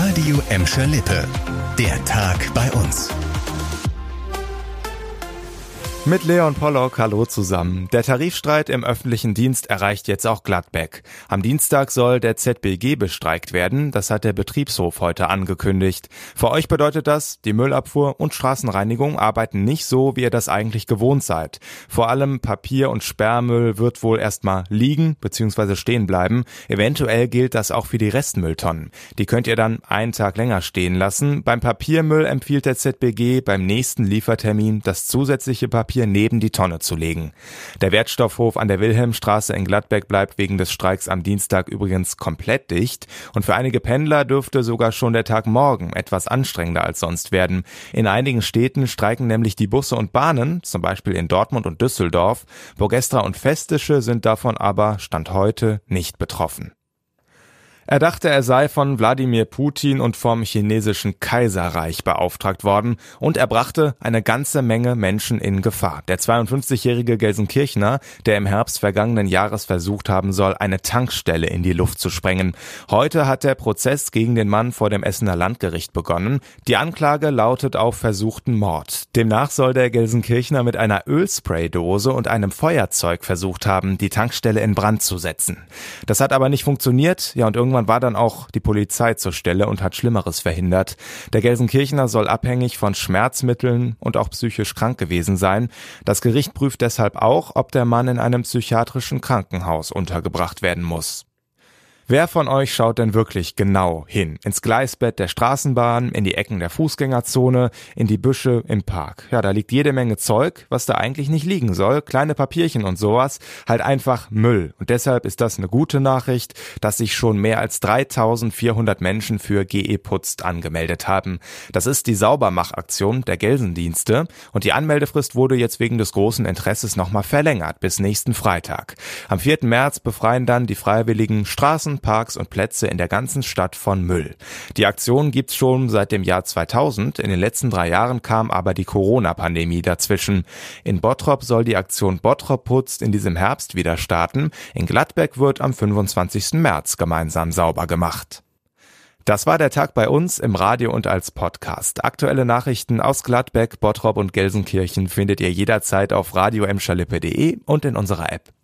Radio Emscher Lippe. Der Tag bei uns. Mit Leon Pollock, hallo zusammen. Der Tarifstreit im öffentlichen Dienst erreicht jetzt auch Gladbeck. Am Dienstag soll der ZBG bestreikt werden, das hat der Betriebshof heute angekündigt. Für euch bedeutet das, die Müllabfuhr und Straßenreinigung arbeiten nicht so, wie ihr das eigentlich gewohnt seid. Vor allem Papier- und Sperrmüll wird wohl erstmal liegen bzw. stehen bleiben. Eventuell gilt das auch für die Restmülltonnen. Die könnt ihr dann einen Tag länger stehen lassen. Beim Papiermüll empfiehlt der ZBG beim nächsten Liefertermin das zusätzliche Papier neben die Tonne zu legen. Der Wertstoffhof an der Wilhelmstraße in Gladbeck bleibt wegen des Streiks am Dienstag übrigens komplett dicht und für einige Pendler dürfte sogar schon der Tag morgen etwas anstrengender als sonst werden. In einigen Städten streiken nämlich die Busse und Bahnen, zum Beispiel in Dortmund und Düsseldorf. Burgestra und Festische sind davon aber Stand heute nicht betroffen. Er dachte, er sei von Wladimir Putin und vom chinesischen Kaiserreich beauftragt worden und er brachte eine ganze Menge Menschen in Gefahr. Der 52-jährige Gelsenkirchner, der im Herbst vergangenen Jahres versucht haben soll, eine Tankstelle in die Luft zu sprengen. Heute hat der Prozess gegen den Mann vor dem Essener Landgericht begonnen. Die Anklage lautet auf versuchten Mord. Demnach soll der Gelsenkirchner mit einer Ölspraydose und einem Feuerzeug versucht haben, die Tankstelle in Brand zu setzen. Das hat aber nicht funktioniert, und irgendwann war dann auch die Polizei zur Stelle und hat Schlimmeres verhindert. Der Gelsenkirchner soll abhängig von Schmerzmitteln und auch psychisch krank gewesen sein. Das Gericht prüft deshalb auch, ob der Mann in einem psychiatrischen Krankenhaus untergebracht werden muss. Wer von euch schaut denn wirklich genau hin? Ins Gleisbett der Straßenbahn, in die Ecken der Fußgängerzone, in die Büsche im Park. Ja, da liegt jede Menge Zeug, was da eigentlich nicht liegen soll. Kleine Papierchen und sowas. Halt einfach Müll. Und deshalb ist das eine gute Nachricht, dass sich schon mehr als 3.400 Menschen für GE Putzt angemeldet haben. Das ist die Saubermachaktion der Gelsendienste. Und die Anmeldefrist wurde jetzt wegen des großen Interesses nochmal verlängert bis nächsten Freitag. Am 4. März befreien dann die Freiwilligen Straßen, Parks und Plätze in der ganzen Stadt von Müll. Die Aktion gibt's schon seit dem Jahr 2000. In den letzten 3 Jahren kam aber die Corona-Pandemie dazwischen. In Bottrop soll die Aktion Bottrop putzt in diesem Herbst wieder starten. In Gladbeck wird am 25. März gemeinsam sauber gemacht. Das war der Tag bei uns im Radio und als Podcast. Aktuelle Nachrichten aus Gladbeck, Bottrop und Gelsenkirchen findet ihr jederzeit auf radioemscherlippe.de und in unserer App.